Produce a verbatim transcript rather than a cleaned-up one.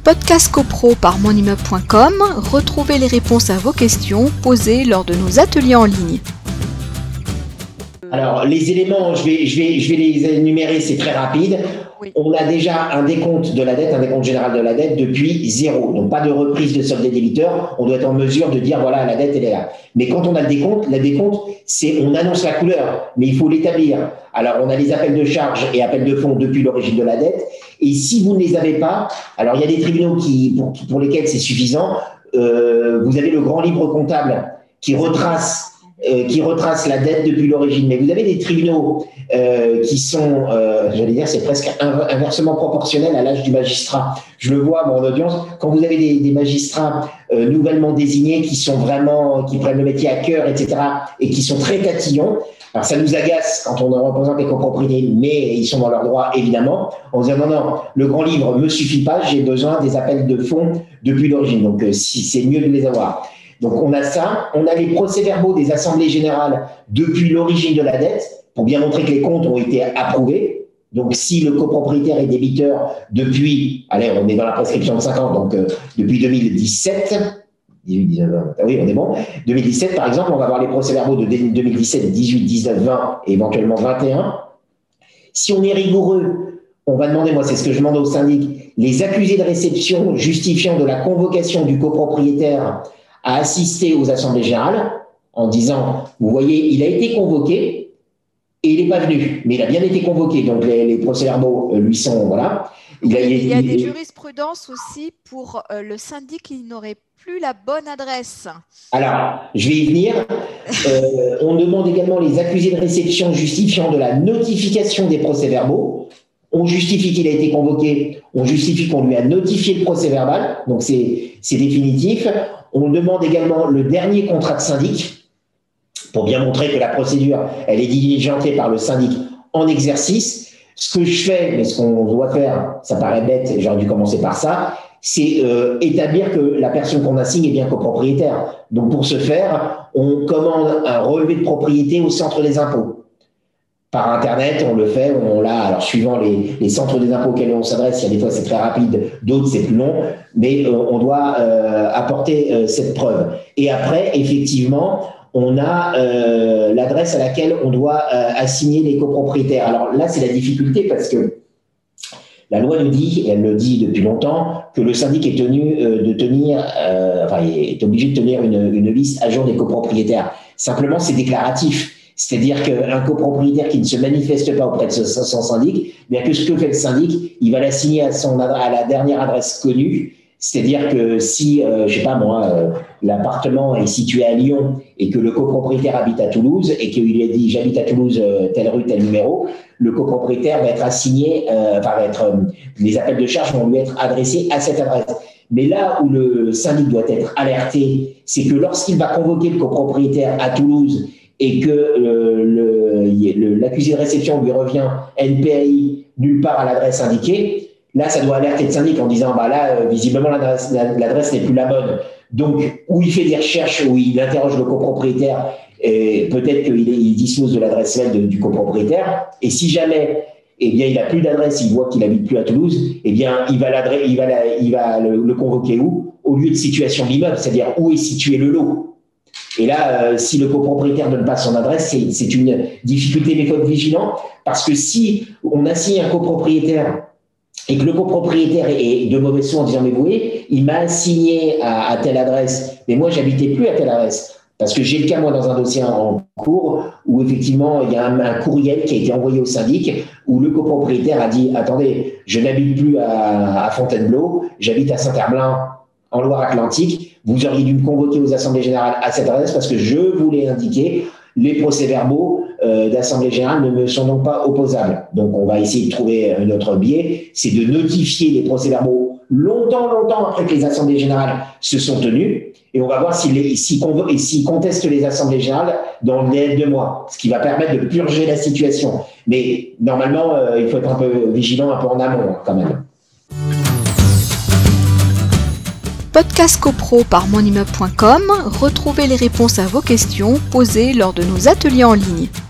Podcast CoPro par monimmeuble point com, retrouvez les réponses à vos questions posées lors de nos ateliers en ligne. Alors, les éléments, je vais, je vais, je vais les énumérer, c'est très rapide. Oui. On a déjà un décompte de la dette, un décompte général de la dette depuis zéro. Donc, pas de reprise de solde des débiteurs. On doit être en mesure de dire, voilà, la dette, elle est là. Mais quand on a le décompte, le décompte, c'est, on annonce la couleur, mais il faut l'établir. Alors, on a les appels de charges et appels de fonds depuis l'origine de la dette. Et si vous ne les avez pas, alors il y a des tribunaux qui, pour, pour lesquels c'est suffisant. Euh, vous avez le grand livre comptable qui retrace Euh, qui retrace la dette depuis l'origine. Mais vous avez des tribunaux euh, qui sont, euh, j'allais dire, c'est presque inversement proportionnel à l'âge du magistrat. Je le vois, moi, en audience, quand vous avez des, des magistrats euh, nouvellement désignés qui sont vraiment, qui prennent le métier à cœur, et cetera, et qui sont très tatillons. Alors, ça nous agace quand on représente les copropriétés, mais ils sont dans leur droit, évidemment, en disant non, non, le grand livre ne me suffit pas, j'ai besoin des appels de fonds depuis l'origine. Donc, euh, si, c'est mieux de les avoir. Donc, on a ça, on a les procès-verbaux des assemblées générales depuis l'origine de la dette, pour bien montrer que les comptes ont été approuvés. Donc, si le copropriétaire est débiteur depuis, allez, on est dans la prescription de cinq ans, donc euh, depuis deux mille dix-sept, dix-huit, dix-neuf, oui, on est bon. deux mille dix-sept, par exemple, on va voir les procès-verbaux de deux mille dix-sept, dix-huit, dix-neuf, vingt et éventuellement vingt et un. Si on est rigoureux, on va demander, moi, c'est ce que je demande au syndic, les accusés de réception justifiant de la convocation du copropriétaire à assister aux assemblées générales en disant, vous voyez, il a été convoqué et il n'est pas venu, mais il a bien été convoqué, donc les, les procès-verbaux lui sont, voilà. Il, a, il, il y a il, des il, jurisprudences aussi pour euh, le syndic qui n'aurait plus la bonne adresse. Alors, je vais y venir. euh, on demande également les accusés de réception justifiant de la notification des procès-verbaux. On justifie qu'il a été convoqué, on justifie qu'on lui a notifié le procès-verbal, donc c'est, c'est définitif. On demande également le dernier contrat de syndic pour bien montrer que la procédure, elle est diligentée par le syndic en exercice. Ce que je fais, mais ce qu'on doit faire, ça paraît bête, j'aurais dû commencer par ça, c'est euh, établir que la personne qu'on assigne est bien copropriétaire. Donc, pour ce faire, on commande un relevé de propriété au centre des impôts. Par Internet, on le fait, on l'a, alors suivant les, les centres des impôts auxquels on s'adresse, il y a des fois c'est très rapide, d'autres c'est plus long, mais euh, on doit euh, apporter euh, cette preuve. Et après, effectivement, on a euh, l'adresse à laquelle on doit euh, assigner les copropriétaires. Alors là, c'est la difficulté parce que la loi nous dit, et elle le dit depuis longtemps, que le syndic est tenu euh, de tenir, euh, enfin, est obligé de tenir une, une liste à jour des copropriétaires. Simplement, c'est déclaratif. C'est-à-dire qu'un copropriétaire qui ne se manifeste pas auprès de son syndic, bien que ce que fait le syndic, il va l'assigner à, son, à la dernière adresse connue. C'est-à-dire que si, euh, je sais pas moi, euh, l'appartement est situé à Lyon et que le copropriétaire habite à Toulouse et qu'il a dit j'habite à Toulouse, euh, telle rue, tel numéro, le copropriétaire va être assigné, euh, enfin va être, euh, les appels de charge vont lui être adressés à cette adresse. Mais là où le syndic doit être alerté, c'est que lorsqu'il va convoquer le copropriétaire à Toulouse et que euh, le, le, l'accusé de réception lui revient N P A I nulle part à l'adresse indiquée, là, ça doit alerter le syndic en disant, bah là, euh, visiblement, l'adresse, l'adresse n'est plus la bonne. Donc, où il fait des recherches, où il interroge le copropriétaire, et peut-être qu'il est, il dispose de l'adresse mail de, du copropriétaire. Et si jamais, eh bien, il n'a plus d'adresse, il voit qu'il n'habite plus à Toulouse, eh bien, il va, il va, la, il va le, le convoquer où? Au lieu de situation de l'immeuble, c'est-à-dire où est situé le lot. Et là, euh, si le copropriétaire ne donne pas son adresse, c'est, c'est une difficulté, mais il faut être vigilant, parce que si on assigne un copropriétaire et que le copropriétaire est de mauvaise foi en disant, mais vous voyez, il m'a assigné à, à telle adresse, mais moi, j'habitais plus à telle adresse. Parce que j'ai le cas, moi, dans un dossier en cours, où effectivement, il y a un, un courriel qui a été envoyé au syndic, où le copropriétaire a dit, attendez, je n'habite plus à, à Fontainebleau, j'habite à Saint-Herblain, en Loire-Atlantique, vous auriez dû me convoquer aux assemblées générales à cette adresse parce que je vous l'ai indiqué, les procès-verbaux euh, d'assemblée générale ne me sont donc pas opposables. Donc, on va essayer de trouver un autre biais, c'est de notifier les procès-verbaux longtemps, longtemps après que les assemblées générales se sont tenues, et on va voir s'ils si si convo- si contestent les assemblées générales dans le délai de deux mois, ce qui va permettre de purger la situation. Mais normalement, euh, il faut être un peu vigilant, un peu en amont quand même. Podcast CoPro par monimmeuble point com, retrouvez les réponses à vos questions posées lors de nos ateliers en ligne.